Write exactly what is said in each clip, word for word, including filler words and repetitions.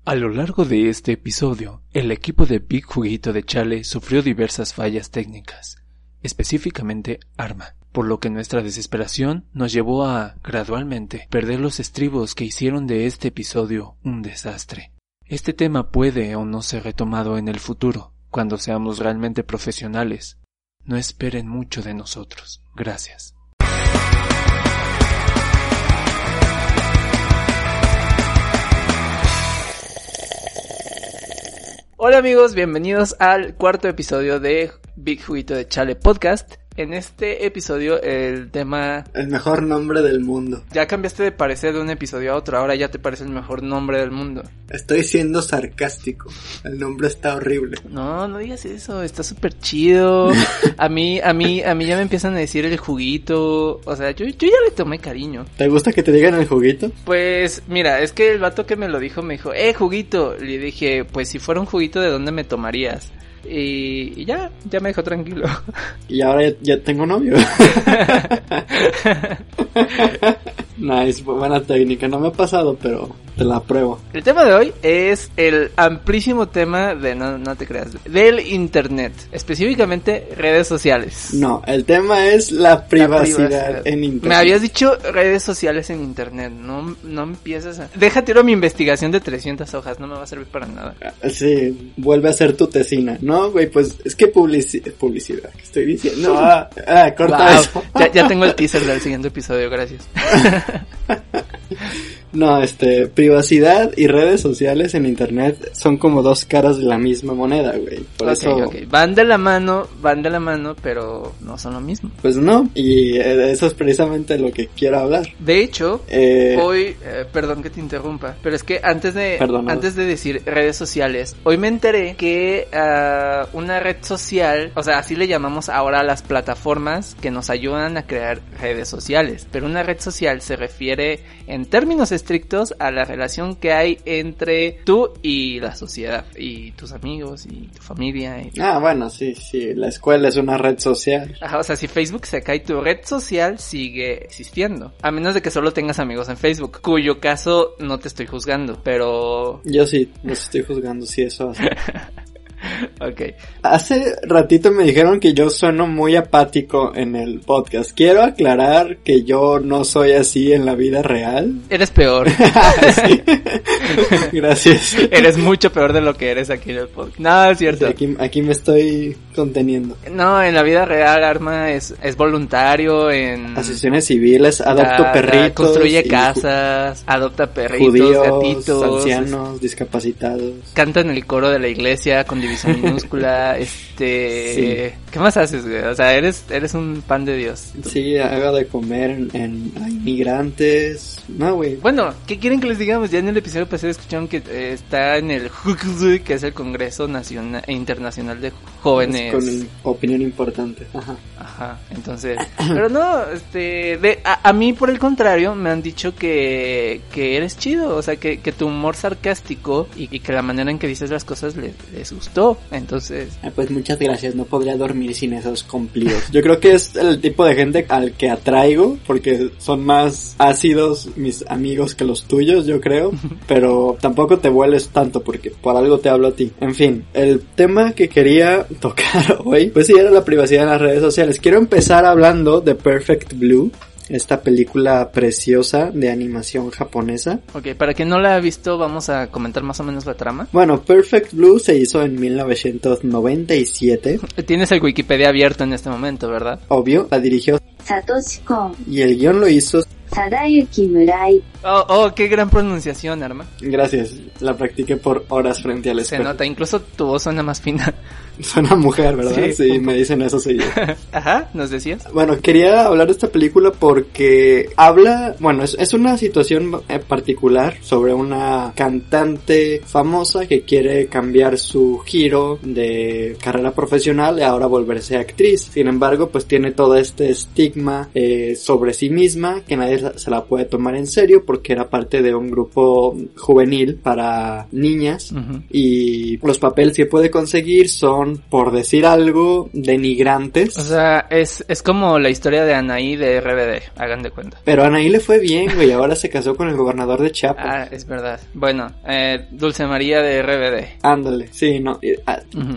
A lo largo de este episodio, el equipo de Big Juguito de Chale sufrió diversas fallas técnicas, específicamente Arma, por lo que nuestra desesperación nos llevó a, gradualmente, perder los estribos que hicieron de este episodio un desastre. Este tema puede o no ser retomado en el futuro, cuando seamos realmente profesionales. No esperen mucho de nosotros. Gracias. Hola amigos, bienvenidos al cuarto episodio de Big Juguito de Chale Podcast. En este episodio el tema... El mejor nombre del mundo. Ya cambiaste de parecer de un episodio a otro, ahora ya te parece el mejor nombre del mundo. Estoy siendo sarcástico, el nombre está horrible. No, no digas eso, está súper chido. A mí, a mí, a mí ya me empiezan a decir el juguito, o sea, yo, yo ya le tomé cariño. ¿Te gusta que te digan el juguito? Pues, mira, es que el vato que me lo dijo me dijo, eh, juguito. Le dije, pues si fuera un juguito, ¿de dónde me tomarías? Y, y ya, ya me dejó tranquilo. Y ahora ya, ya tengo novio. Nice, buena técnica, no me ha pasado, pero te la apruebo. El tema de hoy es el amplísimo tema de, no, no te creas, del internet, específicamente redes sociales. No, el tema es la privacidad, la privacidad. En internet. Me habías dicho redes sociales en internet, no, no empiezas a... Deja tiro mi investigación de trescientas hojas, no me va a servir para nada. Sí, vuelve a ser tu tesina. No, güey, pues es que publici- publicidad, ¿qué estoy diciendo? No, ah, ah, corta wow. eso. Ya, ya tengo el teaser del siguiente episodio, gracias. No, este, privacidad y redes sociales en internet son como dos caras de la misma moneda, güey. Por okay, eso... okay. Van de la mano, van de la mano, pero no son lo mismo. Pues no, y eso es precisamente lo que quiero hablar. De hecho, eh... hoy, eh, perdón que te interrumpa, pero es que antes de, Perdón, antes de decir redes sociales, hoy me enteré que uh, una red social, o sea, así le llamamos ahora a las plataformas que nos ayudan a crear redes sociales, pero una red social se refiere en términos estrictos a la relación que hay entre tú y la sociedad, y tus amigos, y tu familia. Y... Ah, bueno, sí, sí, la escuela es una red social. Ajá, o sea, si Facebook se cae, tu red social sigue existiendo, a menos de que solo tengas amigos en Facebook, cuyo caso no te estoy juzgando, pero... Yo sí, los estoy juzgando, sí, eso hace. Okay. Hace ratito me dijeron que yo sueno muy apático en el podcast. Quiero aclarar que yo no soy así en la vida real. Eres peor. Sí. Gracias. Eres mucho peor de lo que eres aquí en el podcast. No, es cierto. Sí, aquí, aquí me estoy conteniendo. No, en la vida real Arma es, es voluntario en... asociaciones civiles, adopto da, perritos. Da, construye casas, adopta perritos, judíos, gatitos. ancianos, discapacitados. Canta en el coro de la iglesia con división minúscula, este... Sí. ¿Qué más haces, güey? O sea, eres, eres un pan de Dios. Sí, hago de comer en, en a inmigrantes. No, güey. Bueno, ¿qué quieren que les digamos? Ya en el episodio pasado escucharon que eh, está en el que es el Congreso Nacional e Internacional de Jóvenes. Con opinión importante. Ajá. Ajá, entonces... Pero no, este... De, a, a mí, por el contrario, me han dicho que, que eres chido. O sea, que, que tu humor sarcástico y, y que la manera en que dices las cosas les, les gustó. Entonces... Ah, pues muchas gracias, no podría dormir sin esos cumplidos. Yo creo que es el tipo de gente al que atraigo, porque son más ácidos mis amigos que los tuyos, yo creo. Pero tampoco te vueles tanto, porque por algo te hablo a ti. En fin, el tema que quería tocar hoy, pues sí, era la privacidad en las redes sociales. Quiero empezar hablando de Perfect Blue, esta película preciosa de animación japonesa. Ok, para quien no la ha visto, vamos a comentar más o menos la trama. Bueno, Perfect Blue se hizo en mil novecientos noventa y siete. Tienes el Wikipedia abierto en este momento, ¿verdad? Obvio, la dirigió Satoshi Kon y el guión lo hizo Sadayuki Murai. Oh, oh, qué gran pronunciación, Arma. Gracias, la practiqué por horas frente al espejo. Se nota, incluso tu voz suena más fina. Suena mujer, ¿verdad? Sí, sí me dicen eso seguido. Ajá, ¿nos decías? Bueno, quería hablar de esta película porque habla, bueno, es, es una situación particular sobre una cantante famosa que quiere cambiar su giro de carrera profesional y ahora volverse actriz. Sin embargo, pues tiene todo este estigma eh, sobre sí misma que nadie nadie se la puede tomar en serio porque era parte de un grupo juvenil para niñas. Uh-huh. Y los papeles que puede conseguir son, por decir algo, denigrantes. O sea, es, es como la historia de Anaí de R B D, hagan de cuenta. Pero a Anaí le fue bien, güey, ahora se casó con el gobernador de Chiapas. Ah, es verdad. Bueno, eh, Dulce María de R B D. Ándale, sí, no. Ah. Uh-huh.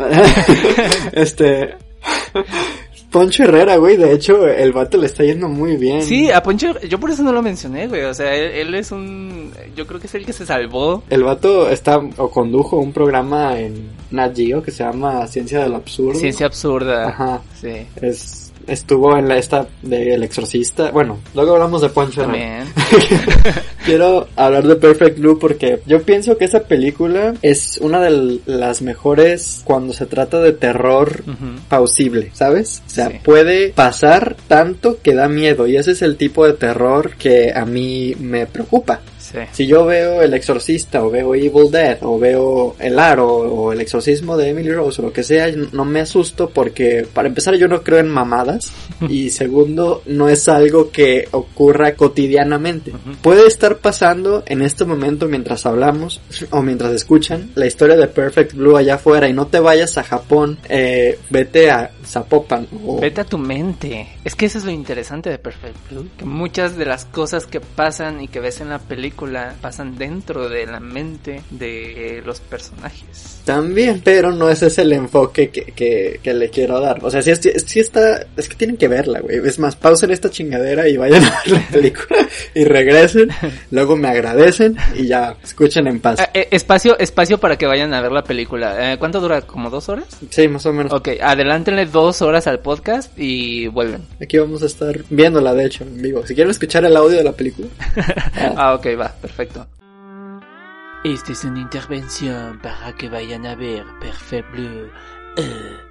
este... Poncho Herrera, güey, de hecho, el vato le está yendo muy bien. Sí, a Poncho, yo por eso no lo mencioné, güey, o sea, él, él es un, yo creo que es el que se salvó. El vato está, o condujo un programa en Nat Geo que se llama Ciencia del Absurdo. Ciencia Absurda. Ajá. Sí. Es... Estuvo en la esta de El Exorcista. Bueno, luego hablamos de Poncho. También. Quiero hablar de Perfect Blue porque yo pienso que esa película es una de las mejores cuando se trata de terror uh-huh. pausible, ¿sabes? O sea, sí. puede pasar tanto que da miedo y ese es el tipo de terror que a mí me preocupa. Sí. Si yo veo El Exorcista o veo Evil Dead o veo El Aro o El Exorcismo de Emily Rose o lo que sea, no me asusto porque para empezar yo no creo en mamadas y segundo no es algo que ocurra cotidianamente. Uh-huh. Puede estar pasando en este momento mientras hablamos o mientras escuchan la historia de Perfect Blue allá afuera y no te vayas a Japón, eh, vete a Zapopan o... Vete a tu mente. Es que eso es lo interesante de Perfect Blue, que muchas de las cosas que pasan y que ves en la película pasan dentro de la mente de los personajes. También, pero no ese es el enfoque que, que, que le quiero dar. O sea, sí, sí, sí está... Es que tienen que verla, güey. Es más, pausen esta chingadera y vayan a ver la película y regresen. Luego me agradecen y ya escuchen en paz. Eh, espacio espacio para que vayan a ver la película. Eh, ¿Cuánto dura? ¿Como dos horas? Sí, más o menos. Ok, adelántenle dos horas al podcast y vuelven. Aquí vamos a estar viéndola, de hecho, en vivo. Si quieren escuchar el audio de la película. ah. ah, ok, va, perfecto. Esta es una intervención para que vayan a ver Perfect Blue. Uh.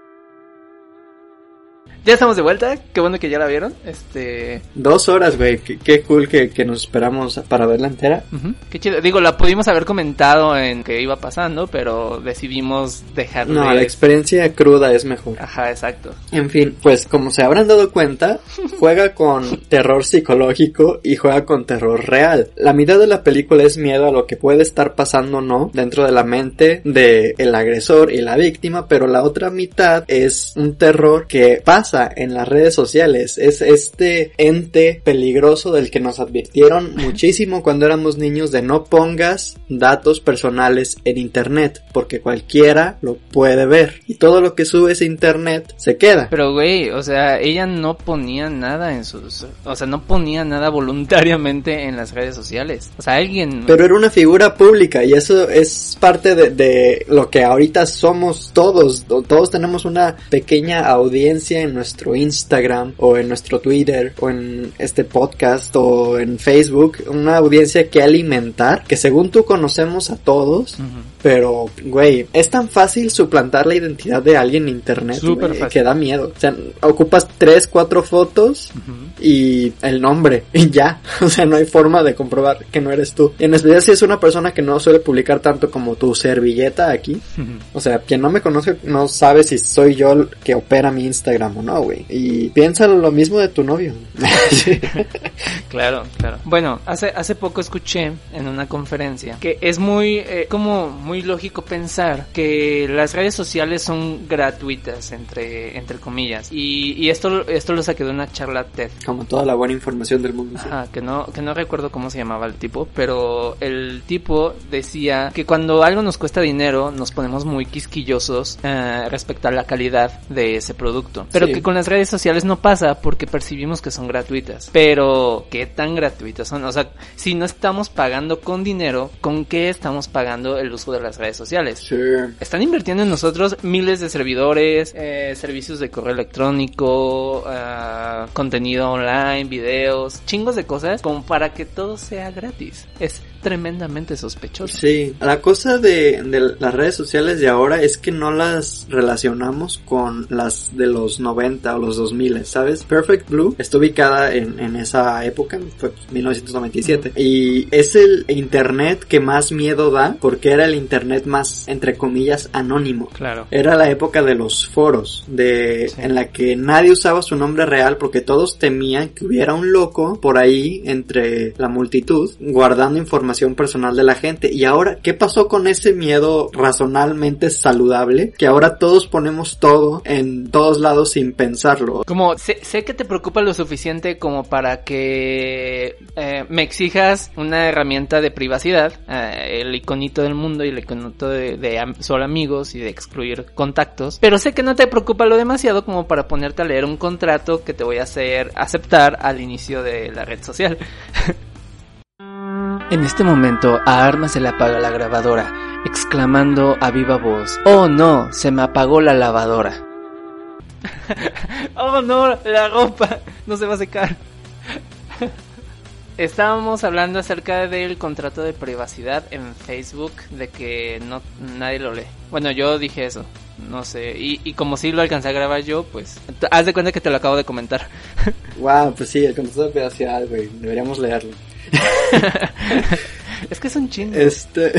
Ya estamos de vuelta, qué bueno que ya la vieron. Este... Dos horas, güey, qué, qué cool que, que nos esperamos para verla entera. Uh-huh. Qué chido, digo, la pudimos haber comentado en qué iba pasando, pero decidimos dejarle... No, la experiencia cruda es mejor. Ajá, exacto. En fin, pues como se habrán dado cuenta, juega con terror psicológico y juega con terror real. La mitad de la película es miedo a lo que puede estar pasando o no dentro de la mente de el agresor y la víctima, pero la otra mitad es un terror que pasa en las redes sociales. Es este ente peligroso del que nos advirtieron muchísimo cuando éramos niños de no pongas datos personales en internet porque cualquiera lo puede ver y todo lo que subes a internet se queda. Pero güey, o sea, ella no ponía nada en sus, o sea, no ponía nada voluntariamente en las redes sociales. O sea, alguien... Pero era una figura pública y eso es parte de, de lo que ahorita somos todos. Todos tenemos una pequeña audiencia en nuestro Instagram o en nuestro Twitter o en este podcast o en Facebook, una audiencia que alimentar, que según tú conocemos a todos, uh-huh. pero güey, es tan fácil suplantar la identidad de alguien en internet, wey, que da miedo. O sea, ocupas tres, cuatro fotos uh-huh. y el nombre y ya, o sea, no hay forma de comprobar que no eres tú. Y en especial si es una persona que no suele publicar tanto como tu servilleta aquí, uh-huh. o sea, quien no me conoce no sabe si soy yo el que opera mi Instagram o no, güey. Y piensa lo mismo de tu novio. Claro, claro. Bueno, hace hace poco escuché en una conferencia que es muy eh, como muy lógico pensar que las redes sociales son gratuitas entre entre comillas y, y esto esto lo saqué de una charla TED. Como toda la buena información del mundo. Ajá, sí. que no que no recuerdo cómo se llamaba el tipo, pero el tipo decía que cuando algo nos cuesta dinero nos ponemos muy quisquillosos eh, respecto a la calidad de ese producto, pero sí. que con las redes sociales no pasa porque percibimos que son gratuitas. Pero ¿qué tan gratuitas son? O sea, si no estamos pagando con dinero, ¿con qué estamos pagando el uso de las redes sociales? Sí. Están invirtiendo en nosotros miles de servidores, eh, servicios de correo electrónico, uh, contenido online, videos, chingos de cosas como para que todo sea gratis. Es tremendamente sospechoso. Sí, la cosa de, de las redes sociales de ahora es que no las relacionamos con las de los noventa o los dos mil, ¿sabes? Perfect Blue está ubicada en, en esa época, fue mil novecientos noventa y siete, uh-huh. Y es el internet que más miedo da porque era el internet más, entre comillas, anónimo. Claro. Era la época de los foros, de sí. En la que nadie usaba su nombre real porque todos temían que hubiera un loco por ahí entre la multitud guardando información personal de la gente. Y ahora, ¿qué pasó con ese miedo razonablemente saludable? Que ahora todos ponemos todo en todos lados sin pensarlo. Como sé, sé que te preocupa lo suficiente como para que eh, me exijas una herramienta de privacidad, eh, el iconito del mundo y el iconito de, de am- solo amigos y de excluir contactos, pero sé que no te preocupa lo demasiado como para ponerte a leer un contrato que te voy a hacer aceptar al inicio de la red social. En este momento a Arma se le apaga la grabadora, exclamando a viva voz: ¡Oh no! Se me apagó la lavadora. ¡Oh no! La ropa no se va a secar. Estábamos hablando acerca del contrato de privacidad en Facebook, de que no nadie lo lee. Bueno, yo dije eso, no sé, y, y como sí lo alcancé a grabar yo, pues t- haz de cuenta que te lo acabo de comentar. Wow, pues sí, el contrato de privacidad, güey, deberíamos leerlo. Es que es un chingo. Este...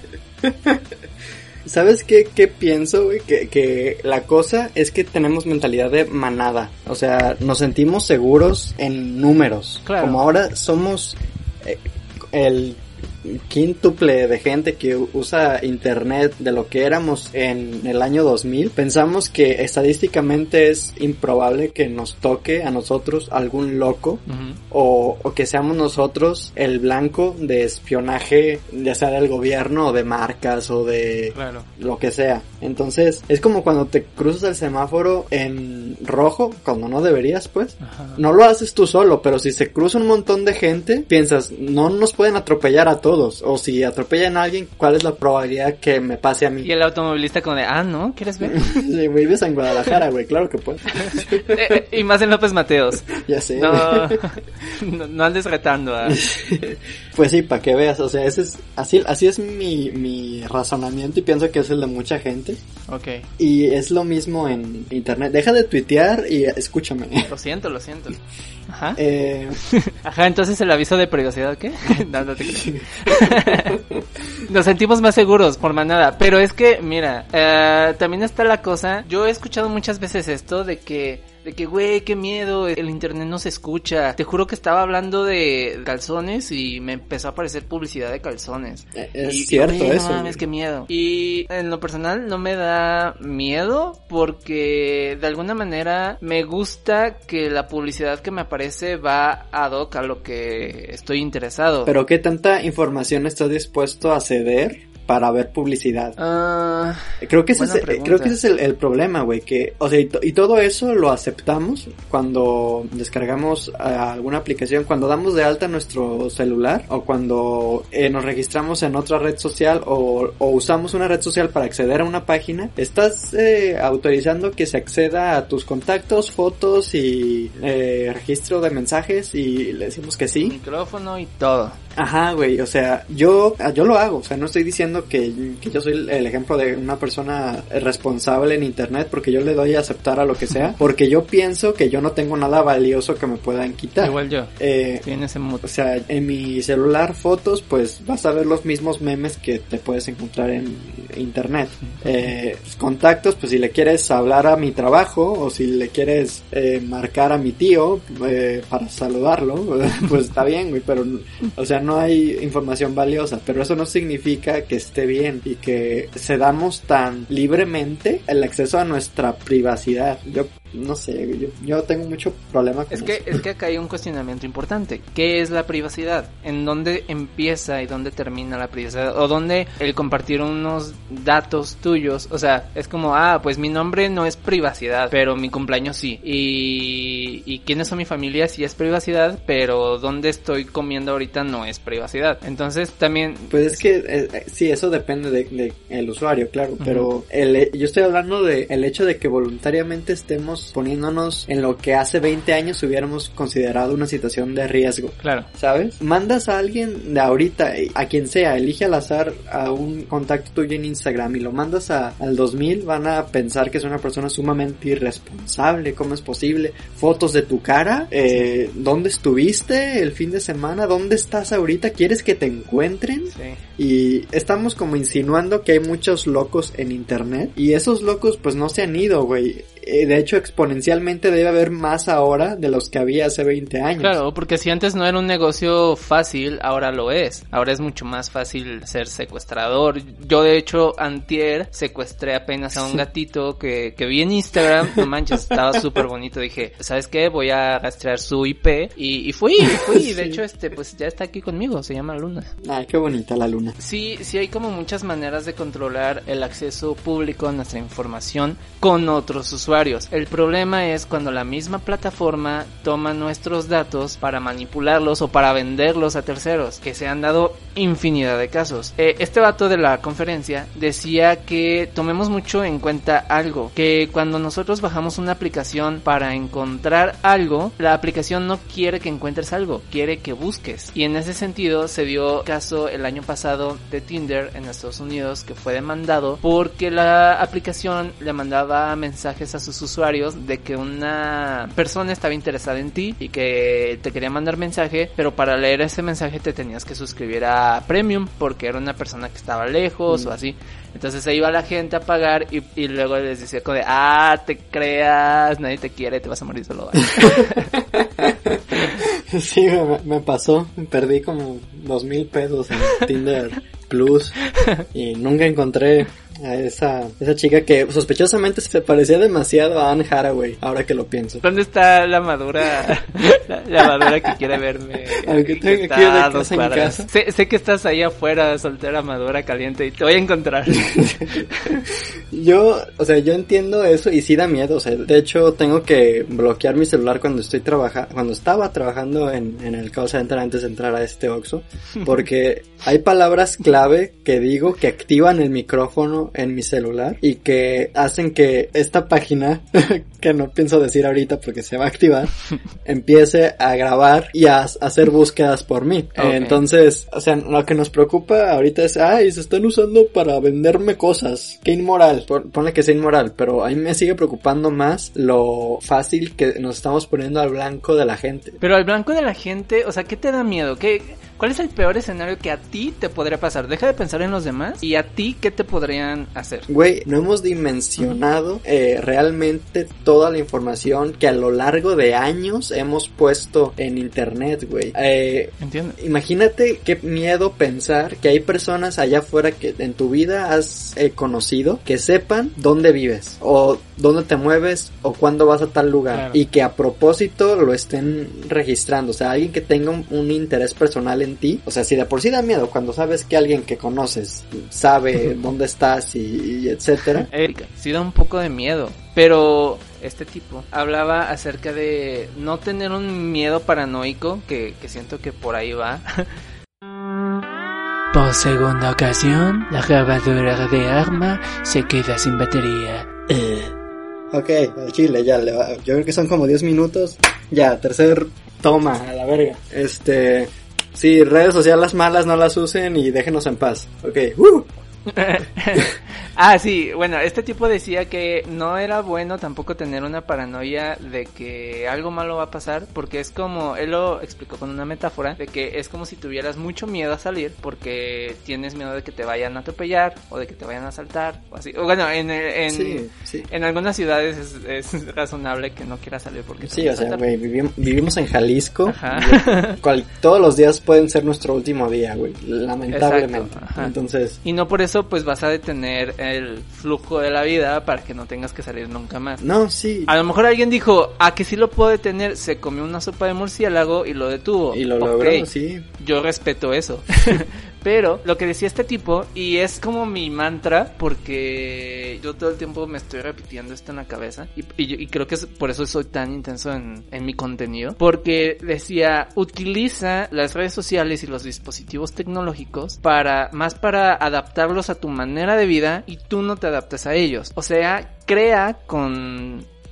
¿Sabes qué, qué pienso, güey? Que, que la cosa es que tenemos mentalidad de manada. O sea, nos sentimos seguros en números. Claro. Como ahora somos eh, el quíntuple de gente que usa internet de lo que éramos en el año dos mil, pensamos que estadísticamente es improbable que nos toque a nosotros algún loco, uh-huh. o, o que seamos nosotros el blanco de espionaje, ya sea del gobierno o de marcas o de claro. Lo que sea. Entonces es como cuando te cruzas el semáforo en rojo cuando no deberías, pues uh-huh. No lo haces tú solo, pero si se cruza un montón de gente, piensas, no nos pueden atropellar a todos. O si atropellan a alguien, ¿cuál es la probabilidad que me pase a mí? Y el automovilista como de, ah, ¿no? ¿Quieres ver? Sí, vives en Guadalajara, güey, claro que puedes. eh, y más en López Mateos. Ya sé. No, no, no andes retando a... Pues sí, para que veas, o sea, ese es, así, así es mi, mi razonamiento y pienso que es el de mucha gente. Okay. Y es lo mismo en internet. Deja de tuitear y escúchame. Lo siento, lo siento. Ajá. Eh... Ajá, entonces el aviso de privacidad, ¿qué? No, no te creo. Nos sentimos más seguros por manada. Pero es que, mira, eh, también está la cosa. Yo he escuchado muchas veces esto de que De que, güey, qué miedo, el internet no se escucha. Te juro que estaba hablando de calzones y me empezó a aparecer publicidad de calzones. Es y, cierto y, eso. No mames, qué miedo. Y en lo personal no me da miedo porque de alguna manera me gusta que la publicidad que me aparece va ad hoc a lo que estoy interesado. Pero ¿qué tanta información estás dispuesto a ceder para ver publicidad? Uh, creo que ese es, creo que ese es el, el problema, güey, que, o sea, y, to, y todo eso lo aceptamos cuando descargamos uh, alguna aplicación, cuando damos de alta nuestro celular o cuando eh, nos registramos en otra red social o, o usamos una red social para acceder a una página. Estás eh, autorizando que se acceda a tus contactos, fotos y eh, registro de mensajes y le decimos que sí. Micrófono y todo. Ajá, güey, o sea, yo yo lo hago, o sea, no estoy diciendo que, que yo soy el ejemplo de una persona responsable en internet porque yo le doy a aceptar a lo que sea, porque yo pienso que yo no tengo nada valioso que me puedan quitar. Igual yo, eh, sí, en ese mood. O sea, en mi celular fotos, pues vas a ver los mismos memes que te puedes encontrar en internet. Eh, contactos, pues si le quieres hablar a mi trabajo o si le quieres eh, marcar a mi tío eh, para saludarlo, pues está bien, güey, pero, o sea, no hay información valiosa, pero eso no significa que esté bien y que cedamos tan libremente el acceso a nuestra privacidad. Yo no sé, yo, yo tengo mucho problema con es eso. que es que acá hay un cuestionamiento importante. ¿Qué es la privacidad? ¿En dónde empieza y dónde termina la privacidad? ¿O dónde el compartir unos datos tuyos? O sea, es como, ah, pues mi nombre no es privacidad, pero mi cumpleaños sí. Y, y quiénes son mi familia sí es privacidad, pero dónde estoy comiendo ahorita no es privacidad. Entonces también... Pues es que, eh, sí, eso depende de, de el usuario, claro, uh-huh. Pero el, yo estoy hablando de el hecho de que voluntariamente estemos estamos poniéndonos en lo que hace veinte años hubiéramos considerado una situación de riesgo. Claro. ¿Sabes? Mandas a alguien de ahorita, a quien sea, elige al azar a un contacto tuyo en Instagram y lo mandas a, al dos mil, van a pensar que es una persona sumamente irresponsable. ¿Cómo es posible? Fotos de tu cara, eh, ¿dónde estuviste el fin de semana? ¿Dónde estás ahorita? ¿Quieres que te encuentren? Sí. Y estamos como insinuando que hay muchos locos en internet y esos locos pues no se han ido, güey. De hecho, exponencialmente debe haber más ahora de los que había hace veinte años. Claro, porque si antes no era un negocio fácil, ahora lo es. Ahora es mucho más fácil ser secuestrador. Yo, de hecho, antier secuestré apenas a un gatito que, que vi en Instagram. No manches, estaba súper bonito. Dije, ¿sabes qué? Voy a rastrear su I P. Y, y fui, fui. Sí. De hecho, este, pues ya está aquí conmigo. Se llama Luna. Ay, qué bonita la Luna. Sí, sí hay como muchas maneras de controlar el acceso público a nuestra información con otros usuarios. El problema es cuando la misma plataforma toma nuestros datos para manipularlos o para venderlos a terceros, que se han dado infinidad de casos. Eh, este vato de la conferencia decía que tomemos mucho en cuenta algo, que cuando nosotros bajamos una aplicación para encontrar algo, la aplicación no quiere que encuentres algo, quiere que busques. Y en ese sentido se dio caso el año pasado de Tinder en Estados Unidos, que fue demandado porque la aplicación le mandaba mensajes a sus usuarios de que una persona estaba interesada en ti y que te quería mandar mensaje, pero para leer ese mensaje te tenías que suscribir a Premium porque era una persona que estaba lejos mm. o así. Entonces se iba la gente a pagar y, y luego les decía como de, ah, te creas, nadie te quiere, te vas a morir solo. Sí, me, me pasó, perdí como dos mil pesos en Tinder Plus y nunca encontré a esa esa chica que sospechosamente se parecía demasiado a Anne Hathaway, ahora que lo pienso. ¿Dónde está la madura la, la madura que quiere verme? Aunque tengo que ir de casa en casa. Sé, sé que estás ahí afuera, soltera, madura, caliente, y te voy a encontrar. Yo, o sea, yo entiendo eso y sí da miedo, o sea, de hecho tengo que bloquear mi celular cuando estoy trabajando, cuando estaba trabajando en, en el call center antes de entrar a este Oxxo, porque hay palabras clave que digo que activan el micrófono en mi celular y que hacen que esta página, que no pienso decir ahorita porque se va a activar, empiece a grabar y a, a hacer búsquedas por mí. Okay. Eh, entonces, o sea, lo que nos preocupa ahorita es, ay, se están usando para venderme cosas. Qué inmoral. Ponle que sea inmoral, pero a mí me sigue preocupando más lo fácil que nos estamos poniendo al blanco de la gente. Pero al blanco de la gente, o sea, ¿qué te da miedo? ¿Qué, cuál es el peor escenario que a ti te podría pasar? Deja de pensar en los demás y a ti, ¿qué te podrían hacer? Güey, no hemos dimensionado eh, realmente toda la información que a lo largo de años hemos puesto en internet, güey. Eh, Entiendo. Imagínate qué miedo pensar que hay personas allá afuera que en tu vida has eh, conocido que sepan dónde vives o dónde te mueves o cuándo vas a tal lugar, claro, y que a propósito lo estén registrando. O sea, alguien que tenga un, un interés personal en ti. O sea, si de por sí da miedo cuando sabes que alguien que conoces sabe dónde estás y, y etcétera. Erika, sí da un poco de miedo, pero este tipo hablaba acerca de no tener un miedo paranoico, que, que siento que por ahí va. Por segunda ocasión, la grabadora de Arma se queda sin batería. Uh. Ok, al chile, ya, le va. Yo creo que son como diez minutos. Ya, tercer toma, a la verga. Este, sí, redes sociales malas no las usen y déjenos en paz. Ok, uh. Ah, sí, bueno, este tipo decía que no era bueno tampoco tener una paranoia de que algo malo va a pasar, porque es como, él lo explicó con una metáfora, de que es como si tuvieras mucho miedo a salir porque tienes miedo de que te vayan a atropellar o de que te vayan a asaltar o así. O bueno, en en, sí, sí. en algunas ciudades es, es razonable que no quieras salir porque sí, o sea, güey, vivim, vivimos en Jalisco. Ajá. Cual, todos los días pueden ser nuestro último día, güey, lamentablemente. Entonces, y no por eso pues vas a detener el flujo de la vida para que no tengas que salir nunca más. No, sí. A lo mejor alguien dijo, ah, que sí lo puedo detener, se comió una sopa de murciélago y lo detuvo. Y lo logró, okay, sí. Yo respeto eso. Pero lo que decía este tipo, y es como mi mantra, porque yo todo el tiempo me estoy repitiendo esto en la cabeza, y, y, y creo que es por eso soy tan intenso en, en mi contenido, porque decía, utiliza las redes sociales y los dispositivos tecnológicos para, más para adaptarlos a tu manera de vida, y tú no te adaptes a ellos. O sea, crea con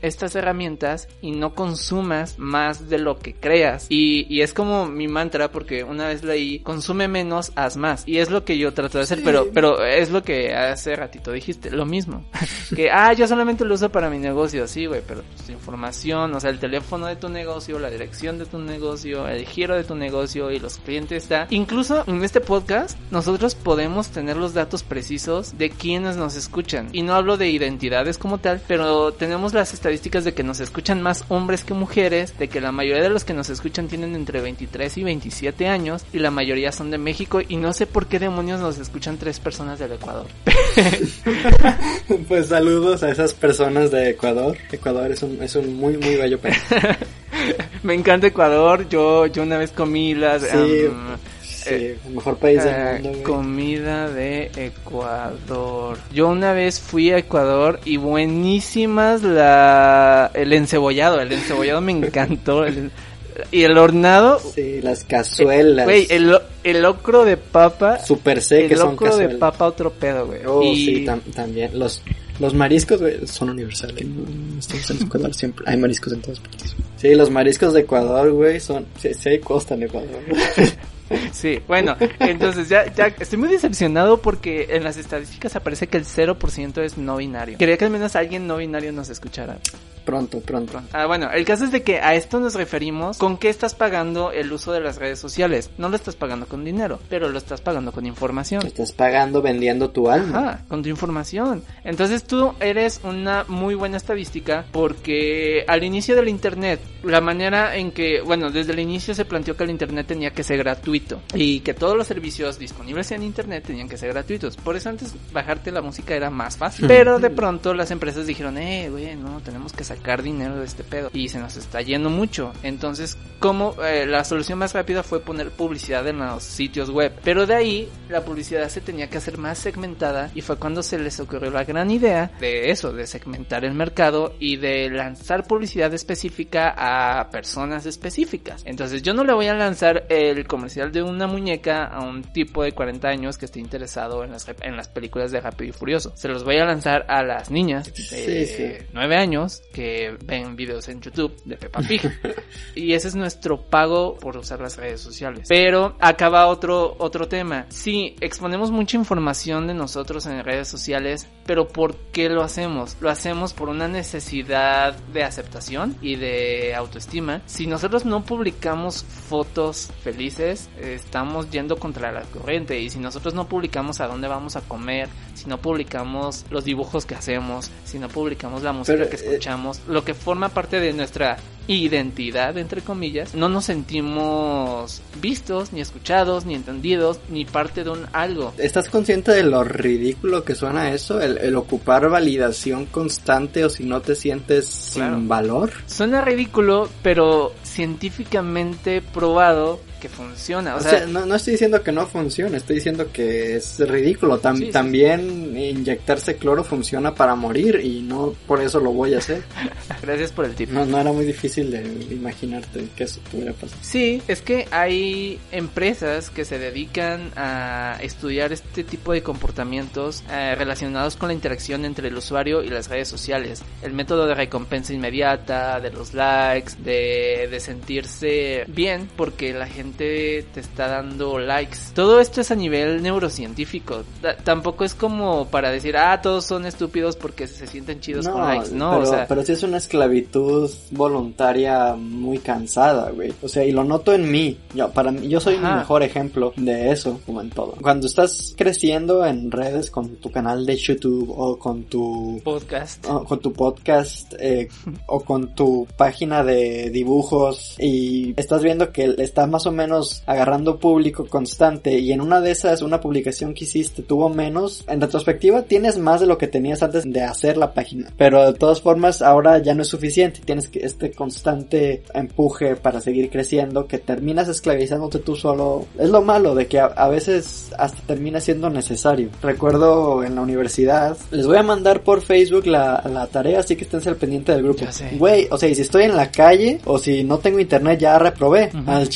estas herramientas y no consumas más de lo que creas. Y, y es como mi mantra, porque una vez leí, consume menos, haz más. Y es lo que yo trato de hacer, sí. pero pero es lo que hace ratito dijiste, lo mismo. Que, ah, yo solamente lo uso para mi negocio, sí, güey, pero tu información, o sea, el teléfono de tu negocio, la dirección de tu negocio, el giro de tu negocio y los clientes está. Incluso en este podcast, nosotros podemos tener los datos precisos de quienes nos escuchan. Y no hablo de identidades como tal, pero tenemos las estadísticas de que nos escuchan más hombres que mujeres, de que la mayoría de los que nos escuchan tienen entre veintitrés y veintisiete años, y la mayoría son de México, y no sé por qué demonios nos escuchan tres personas del Ecuador. Pues saludos a esas personas de Ecuador. Ecuador es un, es un muy, muy bello país. Me encanta Ecuador, yo, yo una vez comí las... Sí. Um, Sí, eh, el mejor país del uh, mundo, güey. Comida de Ecuador. Yo una vez fui a Ecuador y buenísimas la el encebollado. El encebollado me encantó. El, y el hornado. Sí, las cazuelas. Güey, el, el locro de papa. Super sé que son cazuelas. El locro de papa otro pedo, güey. Oh, y... sí, tam- también. Los los mariscos, güey, son universales. No, estamos en Ecuador siempre. Hay mariscos en todas partes. Sí, los mariscos de Ecuador, güey, son... Sí, sí hay costa en Ecuador. Sí, bueno, entonces ya, ya estoy muy decepcionado porque en las estadísticas aparece que el cero por ciento es no binario. Quería que al menos alguien no binario nos escuchara. Pronto, pronto. Ah, bueno, el caso es de que a esto nos referimos con qué estás pagando el uso de las redes sociales. No lo estás pagando con dinero, pero lo estás pagando con información. Lo estás pagando vendiendo tu alma. Ajá, con tu información. Entonces tú eres una muy buena estadística porque al inicio del internet, la manera en que, bueno, desde el inicio se planteó que el internet tenía que ser gratuito y que todos los servicios disponibles en internet tenían que ser gratuitos. Por eso antes bajarte la música era más fácil. Pero de pronto las empresas dijeron, eh, güey, no, tenemos que sacar dinero de este pedo y se nos está yendo mucho. Entonces, como eh, la solución más rápida fue poner publicidad en los sitios web, pero de ahí la publicidad se tenía que hacer más segmentada y fue cuando se les ocurrió la gran idea de eso, de segmentar el mercado y de lanzar publicidad específica a personas específicas. Entonces yo no le voy a lanzar el comercial de una muñeca a un tipo de cuarenta años que esté interesado en las, en las películas de Rápido y Furioso. Se los voy a lanzar a las niñas de sí, sí. nueve años que ven videos en YouTube de Peppa Pig. Y ese es nuestro pago por usar las redes sociales. Pero acaba otro, otro tema. Sí, exponemos mucha información de nosotros en redes sociales, pero ¿por qué lo hacemos? Lo hacemos por una necesidad de aceptación y de autoestima. Si nosotros no publicamos fotos felices, estamos yendo contra la corriente. Y si nosotros no publicamos a dónde vamos a comer, si no publicamos los dibujos que hacemos, si no publicamos la música pero, que escuchamos, eh... lo que forma parte de nuestra identidad, entre comillas, no nos sentimos vistos, ni escuchados, ni entendidos, ni parte de un algo. ¿Estás consciente de lo ridículo que suena eso? El, el ocupar validación constante o si no te sientes claro. sin valor. Suena ridículo, pero científicamente probado que funciona. O, o sea, sea no, no estoy diciendo que no funcione, estoy diciendo que es ridículo. Tam- sí, sí. También inyectarse cloro funciona para morir y no por eso lo voy a hacer. Gracias por el tip. No, no era muy difícil de imaginarte que eso pudiera pasar. Sí, es que hay empresas que se dedican a estudiar este tipo de comportamientos eh, relacionados con la interacción entre el usuario y las redes sociales. El método de recompensa inmediata, de los likes, de, de sentirse bien porque la gente te está dando likes. Todo esto es a nivel neurocientífico. T- tampoco es como para decir, ah, todos son estúpidos porque se sienten chidos no, con likes. No, pero, o sea, pero sí es una esclavitud voluntaria muy cansada, güey. O sea, y lo noto en mí. Yo, para mí, yo soy el mejor ejemplo de eso, como en todo. Cuando estás creciendo en redes con tu canal de YouTube o con tu podcast, o con tu podcast eh, o con tu página de dibujos y estás viendo que está más o menos agarrando público constante y en una de esas una publicación que hiciste tuvo menos, en retrospectiva tienes más de lo que tenías antes de hacer la página, pero de todas formas ahora ya no es suficiente, tienes que este constante empuje para seguir creciendo que terminas esclavizándote tú solo. Es lo malo de que a, a veces hasta termina siendo necesario. Recuerdo en la universidad, les voy a mandar por Facebook la, la tarea, así que estén al pendiente del grupo. Güey, o sea, y si estoy en la calle o si no tengo internet ya reprobé uh-huh. al chile, o sea,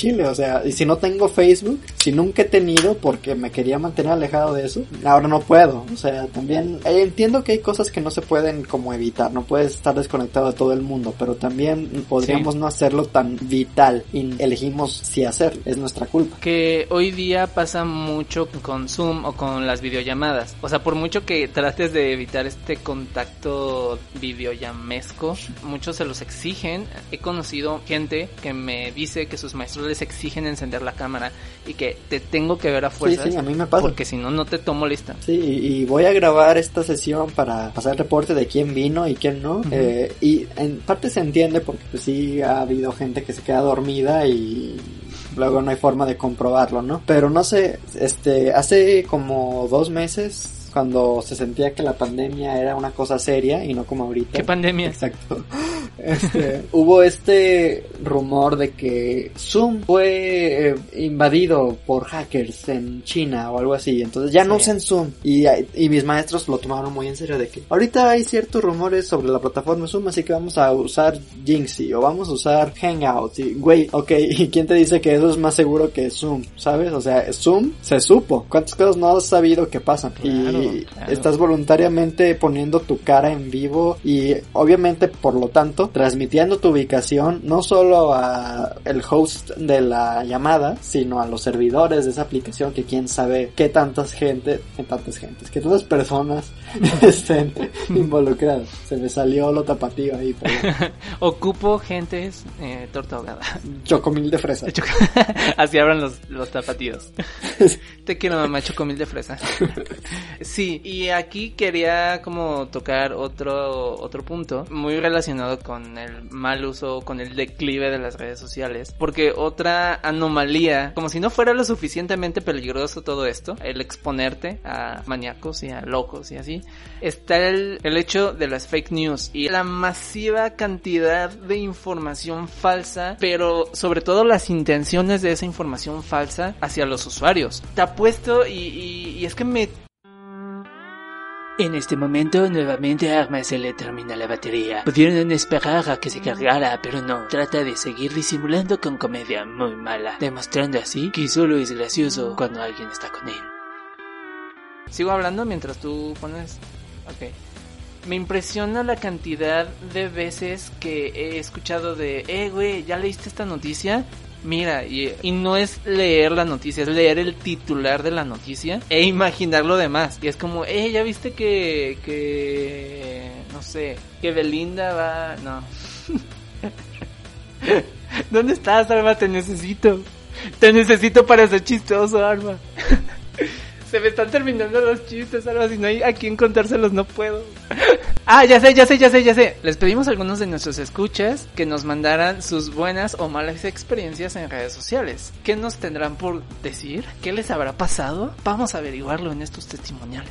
sea, y si no tengo Facebook, si nunca he tenido porque me quería mantener alejado de eso, ahora no puedo. O sea, también eh, entiendo que hay cosas que no se pueden como evitar, no puedes estar desconectado de todo el mundo, pero también podríamos sí. no hacerlo tan vital y elegimos si hacer, es nuestra culpa. Que hoy día pasa mucho con Zoom o con las videollamadas, o sea, por mucho que trates de evitar este contacto videollamesco, muchos se los exigen. He conocido gente que me dice que sus maestros les exigen encender la cámara y que te tengo que ver a fuerzas. Sí, sí, a mí me pasa. Porque si no, no te tomo lista. Sí, y voy a grabar esta sesión para pasar el reporte de quién vino y quién no. Uh-huh. Eh, y en parte se entiende porque pues sí ha habido gente que se queda dormida y luego no hay forma de comprobarlo, ¿no? Pero no sé, este, hace como dos meses, cuando se sentía que la pandemia era una cosa seria y no como ahorita. ¿Qué pandemia? Exacto. Este, hubo este rumor de que Zoom fue eh, invadido por hackers en China o algo así, entonces ya sí. no usen Zoom, y, y mis maestros lo tomaron muy en serio de que ahorita hay ciertos rumores sobre la plataforma Zoom, así que vamos a usar Jitsi o vamos a usar Hangouts, y güey, ok, ¿y quién te dice que eso es más seguro que Zoom? ¿Sabes? O sea, Zoom se supo, ¿cuántas cosas no has sabido que pasan? Claro, y claro. Estás voluntariamente poniendo tu cara en vivo y obviamente por lo tanto transmitiendo tu ubicación no solo a el host de la llamada, sino a los servidores de esa aplicación, que quién sabe qué tantas gente, qué tantas gentes, qué tantas personas estén involucradas. Se me salió lo tapatío ahí. Pero... Ocupo gentes eh, torta ahogada. Chocomil de fresa. Choco... Así abran los, los tapatíos. Te quiero, mamá, chocomil de fresa. Sí, y aquí quería como tocar otro otro punto muy relacionado con el mal uso, con el declive de las redes sociales, porque otra anomalía, como si no fuera lo suficientemente peligroso todo esto, el exponerte a maníacos y a locos y así, está el, el hecho de las fake news y la masiva cantidad de información falsa, pero sobre todo las intenciones de esa información falsa hacia los usuarios. Te apuesto y, y, y es que me... En este momento, nuevamente a Arma se le termina la batería. Pudieron esperar a que se cargara, pero no. Trata de seguir disimulando con comedia muy mala, demostrando así que solo es gracioso cuando alguien está con él. ¿Sigo hablando mientras tú pones...? Ok. Me impresiona la cantidad de veces que he escuchado de... Eh, güey, ¿ya leíste esta noticia? Mira, y, y no es leer la noticia, es leer el titular de la noticia e imaginar lo demás. Y es como, eh, ¿ya viste que, que, no sé, que Belinda va, no. ¿Dónde estás, Arma? Te necesito. Te necesito para ser chistoso, Arma. Se me están terminando los chistes, Arma, si no hay a quién contárselos no puedo. Ah, ya sé, ya sé, ya sé, ya sé. Les pedimos a algunos de nuestros escuchas que nos mandaran sus buenas o malas experiencias en redes sociales. ¿Qué nos tendrán por decir? ¿Qué les habrá pasado? Vamos a averiguarlo en estos testimoniales.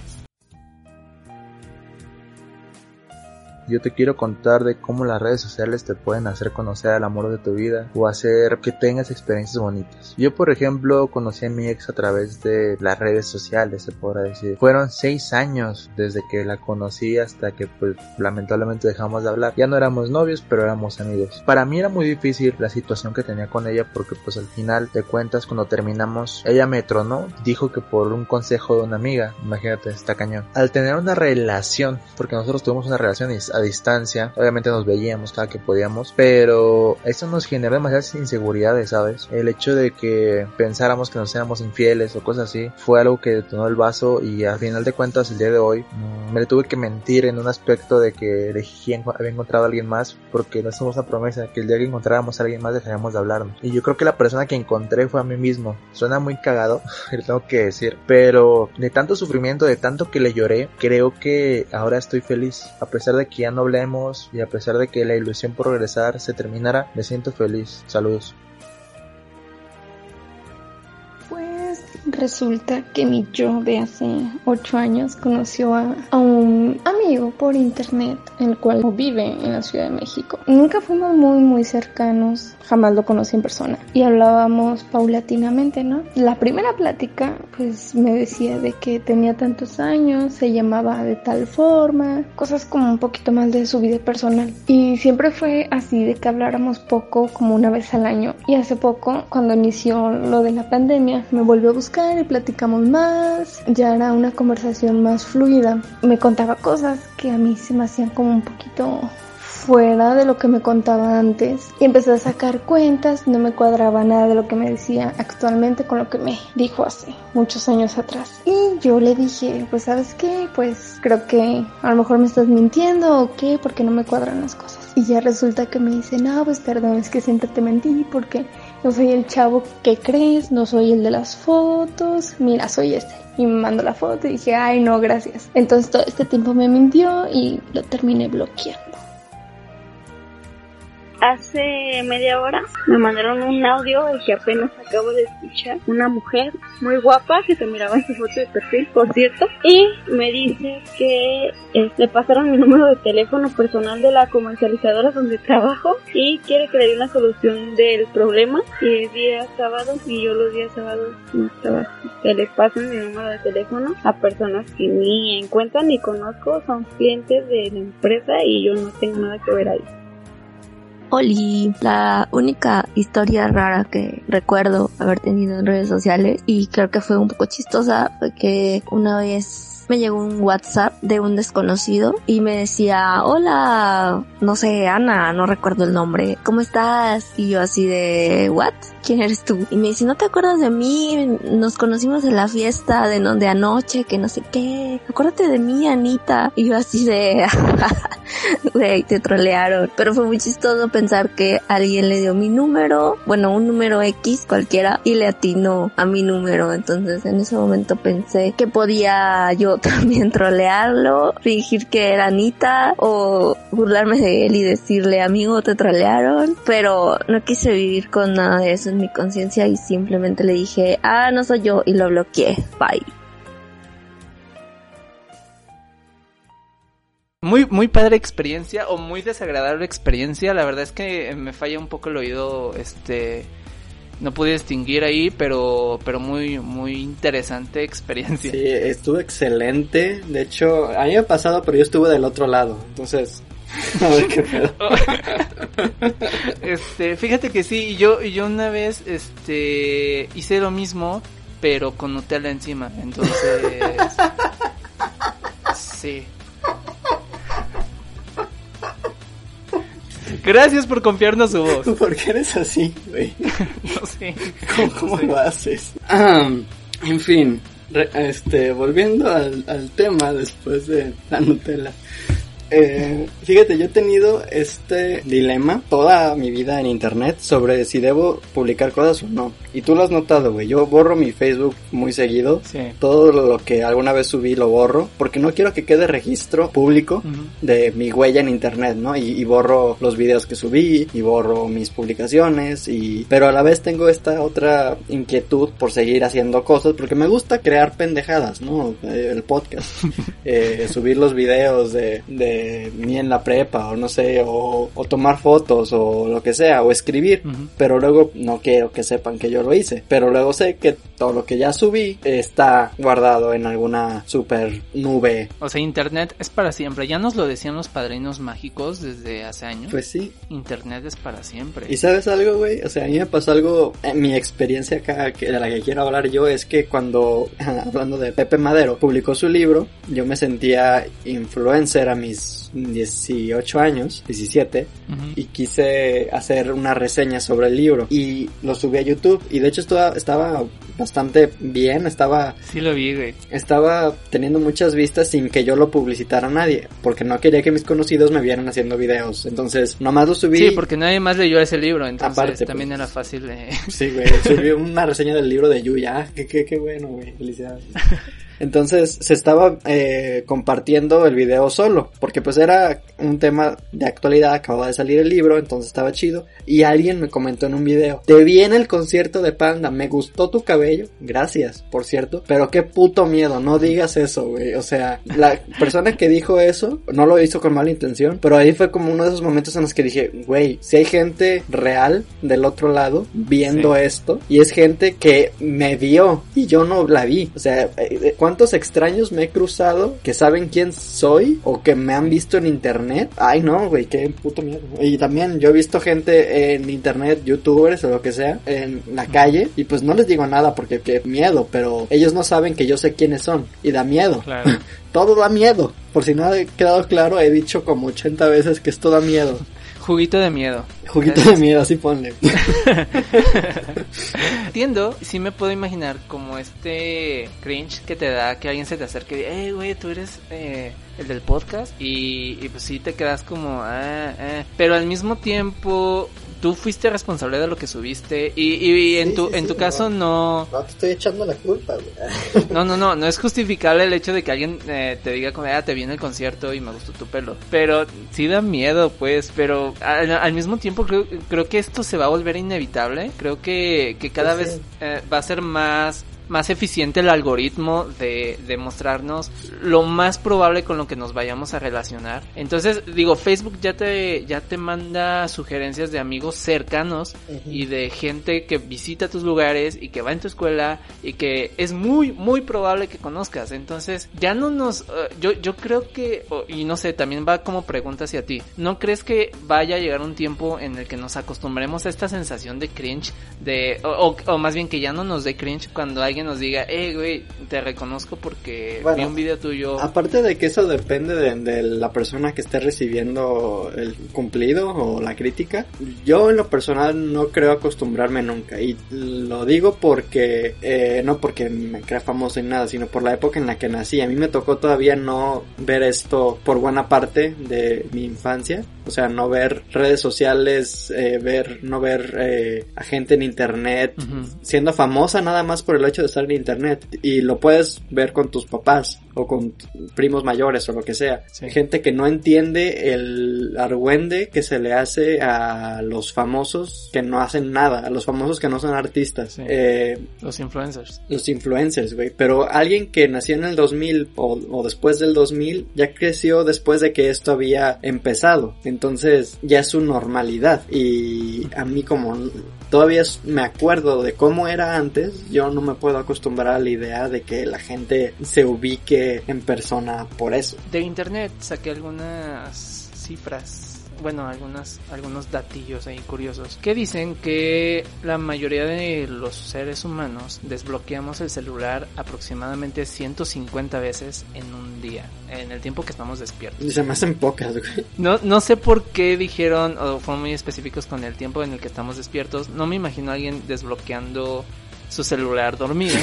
Yo te quiero contar de cómo las redes sociales te pueden hacer conocer al amor de tu vida o hacer que tengas experiencias bonitas. Yo, por ejemplo, conocí a mi ex a través de las redes sociales, se podrá decir. Fueron seis años desde que la conocí hasta que, pues, lamentablemente dejamos de hablar. Ya no éramos novios, pero éramos amigos. Para mí era muy difícil la situación que tenía con ella porque, pues, al final de cuentas, cuando terminamos, ella me tronó, dijo que por un consejo de una amiga. Imagínate, está cañón. Al tener una relación, porque nosotros tuvimos una relación y a distancia, obviamente nos veíamos cada que podíamos, pero eso nos generó demasiadas inseguridades, ¿sabes? El hecho de que pensáramos que nos éramos infieles o cosas así, fue algo que detonó el vaso y al final de cuentas el día de hoy mmm, me le tuve que mentir en un aspecto de que dije que había encontrado a alguien más, porque nos hicimos una promesa que el día que encontráramos a alguien más dejaríamos de hablarnos, y yo creo que la persona que encontré fue a mí mismo. Suena muy cagado, lo tengo que decir, pero de tanto sufrimiento, de tanto que le lloré, creo que ahora estoy feliz, a pesar de que ya no hablemos y a pesar de que la ilusión por regresar se terminara, me siento feliz. Saludos. Pues resulta que mi yo de hace ocho años conoció a, a un a mi amigo por internet, el cual vive en la Ciudad de México. Nunca fuimos muy muy cercanos, jamás lo conocí en persona y hablábamos paulatinamente, ¿no? La primera plática pues me decía de que tenía tantos años, se llamaba de tal forma, cosas como un poquito más de su vida personal, y siempre fue así, de que habláramos poco, como una vez al año. Y hace poco, cuando inició lo de la pandemia, me volvió a buscar y platicamos más, ya era una conversación más fluida. Me contaba cosas que a mí se me hacían como un poquito fuera de lo que me contaba antes, y empecé a sacar cuentas, no me cuadraba nada de lo que me decía actualmente con lo que me dijo hace muchos años atrás. Y yo le dije, pues ¿sabes qué? Pues creo que a lo mejor me estás mintiendo o qué, porque no me cuadran las cosas. Y ya resulta que me dice, no, pues perdón, es que siempre te mentí porque no soy el chavo que crees, no soy el de las fotos, mira, soy este. Y me mandó la foto y dije, ay no, gracias. Entonces todo este tiempo me mintió y lo terminé bloqueando. Hace media hora me mandaron un audio el que apenas acabo de escuchar. Una mujer muy guapa que se miraba en su foto de perfil, por cierto, y me dice que eh, le pasaron mi número de teléfono personal de la comercializadora donde trabajo y quiere que le dé una solución del problema. Y es día sábado y yo los días sábados no trabajo. Que le pasen mi número de teléfono a personas que ni encuentran ni conozco, son clientes de la empresa y yo no tengo nada que ver ahí. Oli, la única historia rara que recuerdo haber tenido en redes sociales, y creo que fue un poco chistosa, fue que una vez me llegó un WhatsApp de un desconocido y me decía, hola, no sé, Ana, no recuerdo el nombre, ¿cómo estás? Y yo así de, ¿what? ¿Quién eres tú? Y me dice, ¿no te acuerdas de mí? Nos conocimos en la fiesta de, no, de anoche, que no sé qué. Acuérdate de mí, Anita. Y yo así de, güey, te trolearon. Pero fue muy chistoso pensar que alguien le dio mi número, bueno, un número X cualquiera, y le atinó a mi número. Entonces en ese momento pensé que podía yo también trolearlo, fingir que era Anita o burlarme de él y decirle, amigo, te trolearon. Pero no quise vivir con nada de eso en mi conciencia y simplemente le dije, ah, no soy yo, y lo bloqueé. Bye. Muy, muy padre experiencia o muy desagradable experiencia. La verdad es que me falla un poco el oído, este, no pude distinguir ahí, pero, pero muy, muy interesante experiencia. Sí, estuvo excelente. De hecho, a mí me ha pasado, pero yo estuve del otro lado, entonces a ver qué pedo. Este, fíjate que sí, yo, yo una vez, este, hice lo mismo, pero con Nutella encima, entonces, sí. Gracias por confiarnos su voz. ¿Por qué eres así, güey? No sé. ¿Cómo, cómo no sé. lo haces? Um, en fin, re, este, volviendo al, al tema después de la Nutella. Eh, fíjate, yo he tenido este dilema toda mi vida en internet sobre si debo publicar cosas o no. Y tú lo has notado, güey. Yo borro mi Facebook muy seguido. Sí. Todo lo que alguna vez subí lo borro porque no quiero que quede registro público uh-huh. de mi huella en internet, ¿no? Y, y borro los videos que subí y borro mis publicaciones y... Pero a la vez tengo esta otra inquietud por seguir haciendo cosas porque me gusta crear pendejadas, ¿no? El podcast. eh, subir los videos de... de mí en la prepa o no sé, o, o tomar fotos o lo que sea, o escribir, uh-huh. pero luego no quiero que sepan que yo lo hice, pero luego sé que todo lo que ya subí está guardado en alguna super nube. O sea, internet es para siempre, ya nos lo decían los padrinos mágicos desde hace años. Pues sí. Internet es para siempre. ¿Y sabes algo, güey? O sea, a mí me pasó algo, en mi experiencia acá, que de la que quiero hablar yo, es que cuando, hablando de Pepe Madero, publicó su libro, yo me sentía influencer a mis dieciocho años, diecisiete, uh-huh. y quise hacer una reseña sobre el libro y lo subí a YouTube y de hecho estaba, estaba bastante bien, estaba... Sí lo vi, güey. Estaba teniendo muchas vistas sin que yo lo publicitara a nadie, porque no quería que mis conocidos me vieran haciendo videos, entonces nomás lo subí. Sí, porque nadie más leyó ese libro, entonces aparte, también pues, era fácil de... Sí, güey, subí una reseña del libro de Yuya, ah, qué, qué, qué bueno, güey, felicidades. Entonces se estaba eh, compartiendo el video solo, porque pues era un tema de actualidad, acababa de salir el libro, entonces estaba chido, y alguien me comentó en un video, te vi en el concierto de Panda, me gustó tu cabello, gracias, por cierto, pero qué puto miedo, no digas eso, güey, o sea, la persona que dijo eso, no lo hizo con mala intención, pero ahí fue como uno de esos momentos en los que dije, güey, si hay gente real del otro lado viendo sí. esto, y es gente que me vio, y yo no la vi, o sea, ¿cuántos extraños me he cruzado que saben quién soy, o que me han visto en internet? Ay no, güey, qué puto miedo. Y también yo he visto gente en internet, youtubers o lo que sea, en la calle, y pues no les digo nada porque qué miedo, pero ellos no saben que yo sé quiénes son, y da miedo. Claro. Todo da miedo. Por si no ha quedado claro, he dicho como ochenta veces que esto da miedo. Juguito de miedo. Juguito de miedo, así ponle. Entiendo, sí me puedo imaginar como este cringe que te da que alguien se te acerque y diga, eh, güey, tú eres eh, el del podcast. Y, y pues sí te quedas como, ah, ah. Pero al mismo tiempo, tú fuiste responsable de lo que subiste. Y, y, y en sí, tu, sí, en sí, tu caso no... No te estoy echando la culpa, güey. No, no, no, no es justificable el hecho de que alguien eh, te diga como, ah, te vi en el concierto y me gustó tu pelo. Pero sí da miedo, pues, pero al, al mismo tiempo creo, creo que esto se va a volver inevitable. Creo que, que cada pues vez sí. eh, va a ser más... más eficiente el algoritmo de, de mostrarnos lo más probable con lo que nos vayamos a relacionar. Entonces, digo, Facebook ya te, ya te manda sugerencias de amigos cercanos uh-huh. y de gente que visita tus lugares y que va en tu escuela y que es muy, muy probable que conozcas. Entonces, ya no nos... Uh, yo, yo creo que, oh, y no sé, también va como pregunta hacia ti. ¿No crees que vaya a llegar un tiempo en el que nos acostumbremos a esta sensación de cringe? De, o, o, o más bien que ya no nos dé cringe cuando hay alguien nos diga, eh, güey, te reconozco porque bueno, vi un video tuyo. Aparte de que eso depende de, de la persona que esté recibiendo el cumplido o la crítica, yo en lo personal no creo acostumbrarme nunca. Y lo digo porque, eh, no porque me crea famoso ni nada, sino por la época en la que nací. A mí me tocó todavía no ver esto por buena parte de mi infancia. O sea, no ver redes sociales, eh, ver, no ver eh, a gente en internet uh-huh. siendo famosa nada más por el hecho de estar en internet. Y lo puedes ver con tus papás o con primos mayores o lo que sea. Sí. Gente que no entiende el argüende que se le hace a los famosos que no hacen nada, a los famosos que no son artistas. Sí. Eh, los influencers. Los influencers, güey. Pero alguien que nació en el dos mil o, o después del dos mil ya creció después de que esto había empezado. Entonces ya es su normalidad. Y a mí como todavía me acuerdo de cómo era antes, yo no me puedo acostumbrar a la idea de que la gente se ubique en persona por eso. De internet saqué algunas cifras, bueno, algunas, algunos datillos ahí curiosos, que dicen que la mayoría de los seres humanos desbloqueamos el celular aproximadamente ciento cincuenta veces en un día, en el tiempo que estamos despiertos. Y se me hacen pocas, güey. No, no sé por qué dijeron, o fueron muy específicos con el tiempo en el que estamos despiertos. No me imagino a alguien desbloqueando su celular dormido.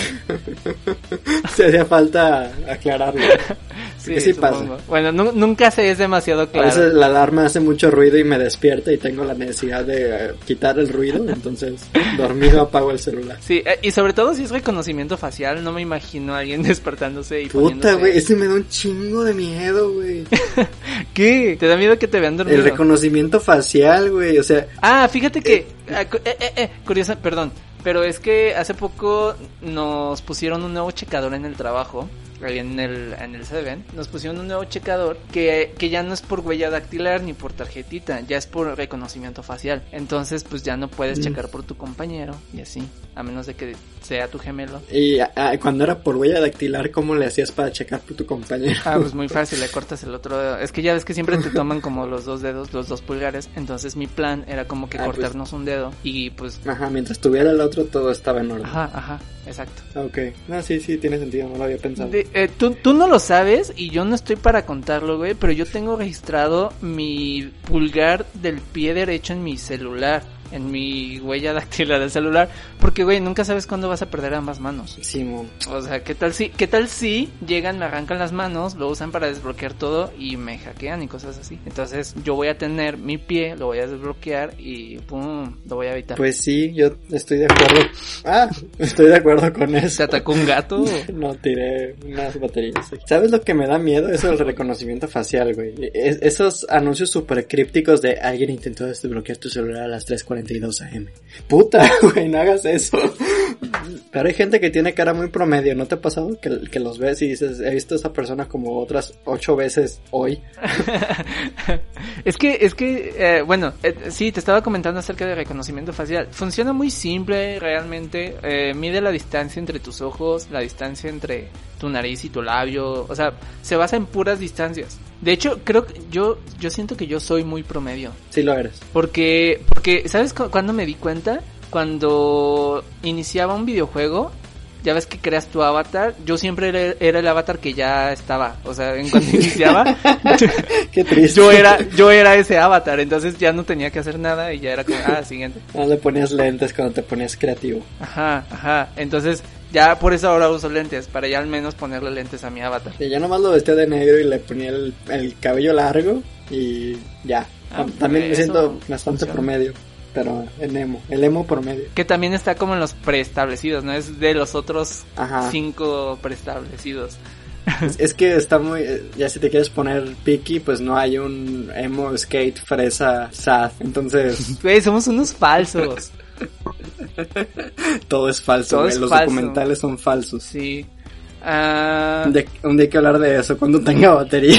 Se haría falta aclararlo. Sí, sí pasa. Bueno, nu- nunca se es demasiado claro. A veces la alarma hace mucho ruido y me despierta y tengo la necesidad de uh, quitar el ruido, entonces dormido apago el celular. Sí, eh, y sobre todo si es reconocimiento facial, no me imagino a alguien despertándose y Puta, poniéndose... güey, ese me da un chingo de miedo, güey. ¿Qué? ¿Te da miedo que te vean dormido? El reconocimiento facial, güey, o sea... Ah, fíjate que... Eh, eh, eh, eh, curiosa, perdón. Pero es que hace poco nos pusieron un nuevo checador en el trabajo, en el en el Seven, nos pusieron un nuevo checador que, que ya no es por huella dactilar ni por tarjetita, ya es por reconocimiento facial. Entonces pues ya no puedes mm. checar por tu compañero y así, a menos de que sea tu gemelo. Y a, a, cuando era por huella dactilar, ¿cómo le hacías para checar por tu compañero? Ah, pues muy fácil, le cortas el otro dedo. Es que ya ves que siempre te toman como los dos dedos, los dos pulgares. Entonces mi plan era como que ah, cortarnos pues, un dedo y pues... Ajá, mientras tuviera el otro todo estaba en orden. Ajá, ajá, exacto. Ok, no, sí, sí, tiene sentido, no lo había pensado. De, eh, tú, tú no lo sabes y yo no estoy para contarlo, güey, pero yo tengo registrado mi pulgar del pie derecho en mi celular. en mi huella dactilar del celular, porque güey, nunca sabes cuándo vas a perder ambas manos. Sí, mon. O sea, ¿qué tal si, qué tal si llegan, me arrancan las manos, lo usan para desbloquear todo y me hackean y cosas así? Entonces yo voy a tener mi pie, lo voy a desbloquear y pum, lo voy a evitar. Pues sí, yo estoy de acuerdo. Ah, estoy de acuerdo con eso. ¿Te atacó un gato? No, tiré unas baterías. ¿Sabes lo que me da miedo? Eso del reconocimiento facial, güey. Es, esos anuncios súper crípticos de alguien intentó desbloquear tu celular a las tres cuarenta y dos a eme. Puta, güey, no hagas eso. Pero hay gente que tiene cara muy promedio, ¿no te ha pasado? Que, que los ves y dices, he visto a esa persona como otras ocho veces hoy. Es que, es que, eh, bueno, eh, sí, te estaba comentando acerca del reconocimiento facial. Funciona muy simple, realmente. Eh, mide la distancia entre tus ojos, la distancia entre tu nariz y tu labio. O sea, se basa en puras distancias. De hecho, creo que yo, yo siento que yo soy muy promedio. Sí lo eres. Porque, porque, ¿sabes cu- cuándo me di cuenta? Cuando iniciaba un videojuego, ya ves que creas tu avatar, yo siempre era, era el avatar que ya estaba, o sea, en cuanto iniciaba, Qué triste. yo era, yo era ese avatar, entonces ya no tenía que hacer nada y ya era como, ah, siguiente. No le ponías lentes cuando te ponías creativo. Ajá, ajá, entonces ya por eso ahora uso lentes, para ya al menos ponerle lentes a mi avatar. Sí, yo nomás lo vestía de negro y le ponía el, el cabello largo y ya. Ah, También me eso siento bastante funciona. Promedio. Pero en emo, el emo promedio. Que también está como en los preestablecidos, ¿no? Es de los otros Ajá. cinco preestablecidos. Es, es que está muy, ya si te quieres poner picky, pues no hay un emo, skate, fresa, sad. Entonces, Güey, somos unos falsos. todo es falso, Todo güey. es Los falso. documentales son falsos. Sí. Ah, De, un día hay que hablar de eso cuando tenga batería.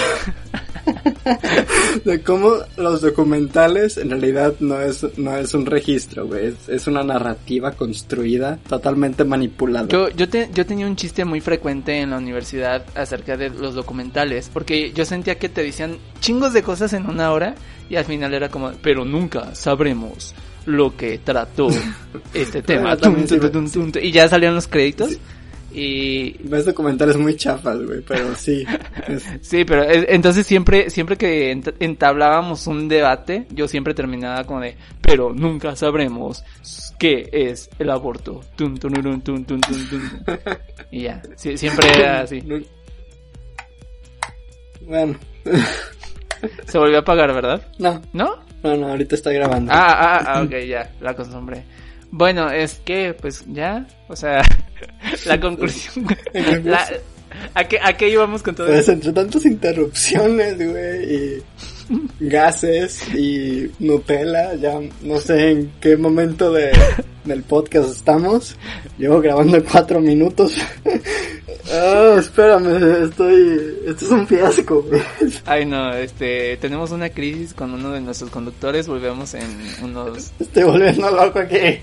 De cómo los documentales en realidad no es no es un registro, güey, es, es una narrativa construida, totalmente manipulada. Yo yo te, yo tenía un chiste muy frecuente en la universidad acerca de los documentales, porque yo sentía que te decían chingos de cosas en una hora y al final era como, pero nunca sabremos lo que trató este tema. Ah, también Tum, sí, tum, tum, tum, y ya salían los créditos. Sí. Y Ves documentales muy chafas, güey, pero sí. Es... sí, pero es, entonces siempre siempre que ent- entablábamos un debate, yo siempre terminaba como de, pero nunca sabremos qué es el aborto. Tum, tum, tum, tum, tum, tum, tum. Y ya, sí, siempre era así. Bueno. Se volvió a apagar, ¿verdad? No, ¿No? no, no, ahorita está grabando. Ah, ah, ah, ok, ya, la acostumbré. Bueno, es que, pues, ya, o sea, la conclusión... la, ¿a, qué, ¿A qué íbamos con todo Pues esto? entre tantas interrupciones, güey, y gases y Nutella, ya no sé en qué momento de, del podcast estamos. Llevo grabando cuatro minutos. Oh, espérame, estoy... Esto es un fiasco, güey. Ay, no, este, tenemos una crisis con uno de nuestros conductores, volvemos en unos... Estoy volviendo loco aquí.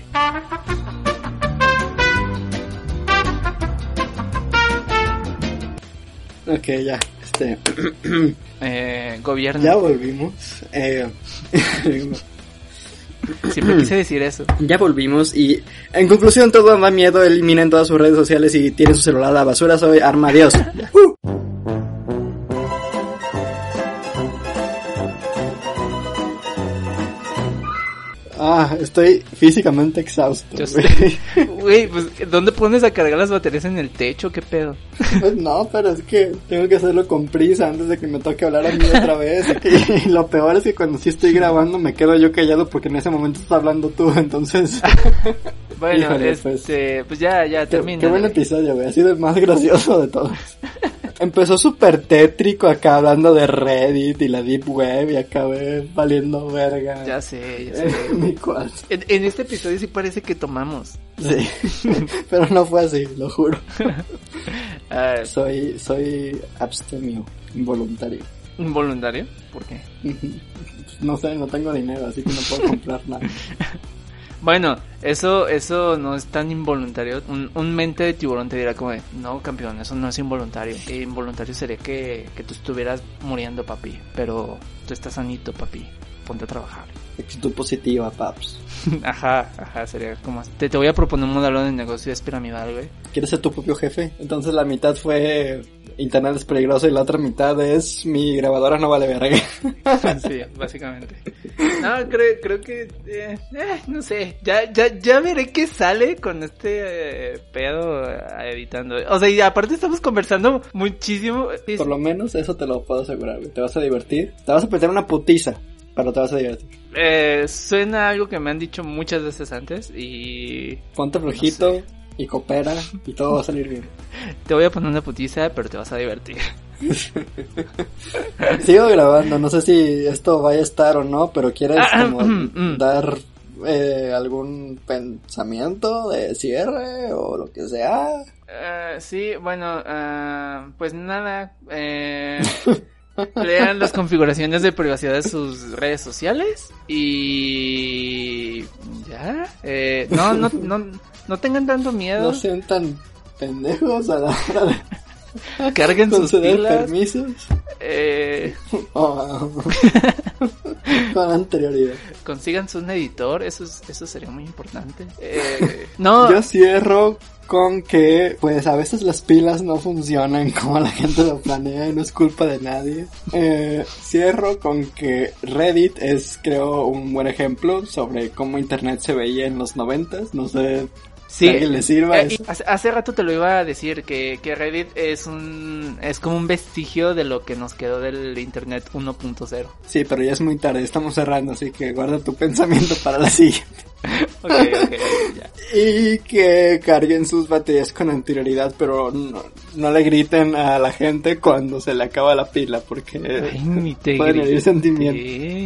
Ok, ya, este... Eh, gobierno. ya volvimos. Eh... Siempre quise decir eso. Ya volvimos y en conclusión todo da miedo, eliminen todas sus redes sociales y tiren su celular a la basura, soy Arma, adiós. Uh. Ah, estoy físicamente exhausto. Yo güey. sé. Güey, pues, ¿dónde pones a cargar las baterías? ¿En el techo? ¿Qué pedo? Pues no, pero es que tengo que hacerlo con prisa antes de que me toque hablar a mí otra vez. Y lo peor es que cuando sí estoy grabando me quedo yo callado porque en ese momento estás hablando tú, entonces... Bueno, Híjole, este, pues ya, ya Qué, termina. qué buen episodio, güey. Ha sido el más gracioso de todos. Empezó súper tétrico acá hablando de Reddit y la Deep Web y acabé valiendo verga. Ya sé, ya sé. Mi cuarto. En, en este episodio sí parece que tomamos. Sí. Pero no fue así, lo juro. Ah, Soy, soy abstemio, involuntario. ¿Involuntario? ¿Por qué? No sé, no tengo dinero, así que no puedo comprar nada. Bueno, eso eso no es tan involuntario. Un, un mente de tiburón te dirá como de, no, campeón, eso no es involuntario. E involuntario sería que, que tú estuvieras muriendo, papi. Pero tú estás sanito, papi. ponte a trabajar. Actitud positiva, paps. Ajá, ajá, sería como... Te, te voy a proponer un modelo de negocio, es piramidal, güey. ¿Quieres ser tu propio jefe? Entonces la mitad fue internet es peligroso y la otra mitad es mi grabadora no vale verga. Sí, básicamente. No, creo, creo que... Eh, eh, no sé, ya, ya, ya veré qué sale con este eh, pedo eh, editando. O sea, y aparte estamos conversando muchísimo. Por lo menos eso te lo puedo asegurar, güey. Te vas a divertir. Te vas a meter una putiza, pero te vas a divertir. Eh, suena algo que me han dicho muchas veces antes y... Ponte flojito no sé. Y coopera y todo va a salir bien. Te voy a poner una putiza, pero te vas a divertir. Sigo grabando, no sé si esto vaya a estar o no, pero ¿quieres como dar eh, algún pensamiento de cierre o lo que sea? Uh, sí, bueno, uh, pues nada, eh... lean las configuraciones de privacidad de sus redes sociales y ya, eh, no, no, no, no tengan tanto miedo. No sean tan pendejos a la hora de carguen sus pilas. Permisos. Eh... Oh. Con anterioridad. Consigan un editor, eso es, eso sería muy importante. Eh... No. Yo cierro con que, pues a veces las pilas no funcionan como la gente lo planea y no es culpa de nadie. Eh, cierro con que Reddit es, creo, un buen ejemplo sobre cómo internet se veía en los noventas. No sé sí, si a alguien le sirva eh, eso. Hace, hace rato te lo iba a decir, que, que Reddit es un es como un vestigio de lo que nos quedó del internet uno punto cero. Sí, pero ya es muy tarde, estamos cerrando, así que guarda tu pensamiento para la siguiente. Okay, okay, ya. Y que carguen sus baterías con anterioridad, pero no, no le griten a la gente cuando se le acaba la pila, porque ay, ni te pueden herir sentimientos.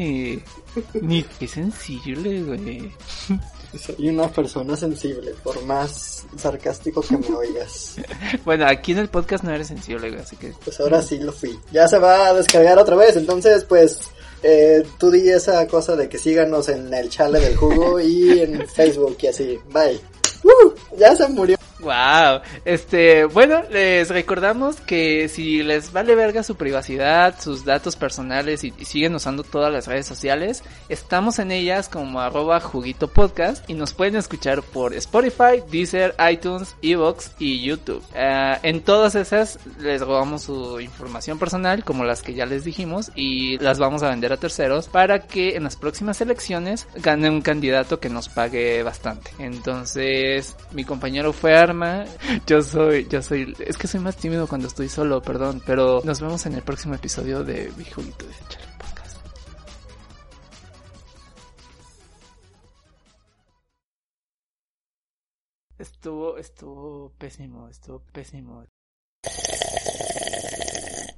Ni qué sensible, güey. Soy una persona sensible, por más sarcástico que me oigas. Bueno, aquí en el podcast no eres sensible, güey, así que... Pues ahora sí lo fui. Ya se va a descargar otra vez, entonces pues... Eh, tú di esa cosa de que síganos en el chale del jugo y en Facebook y así. Bye. Uh, ya se murió. Wow, este, bueno, les recordamos que si les vale verga su privacidad, sus datos personales y, y siguen usando todas las redes sociales, estamos en ellas como arroba juguito podcast y nos pueden escuchar por Spotify, Deezer, iTunes, Evox y YouTube. Uh, en todas esas les robamos su información personal, como las que ya les dijimos, y las vamos a vender a terceros para que en las próximas elecciones gane un candidato que nos pague bastante. Entonces, mi compañero fue Arma. Yo soy, yo soy, es que soy más tímido cuando estoy solo, perdón, pero nos vemos en el próximo episodio de Mi Juguito de Chale Podcast. Estuvo, estuvo pésimo, estuvo pésimo.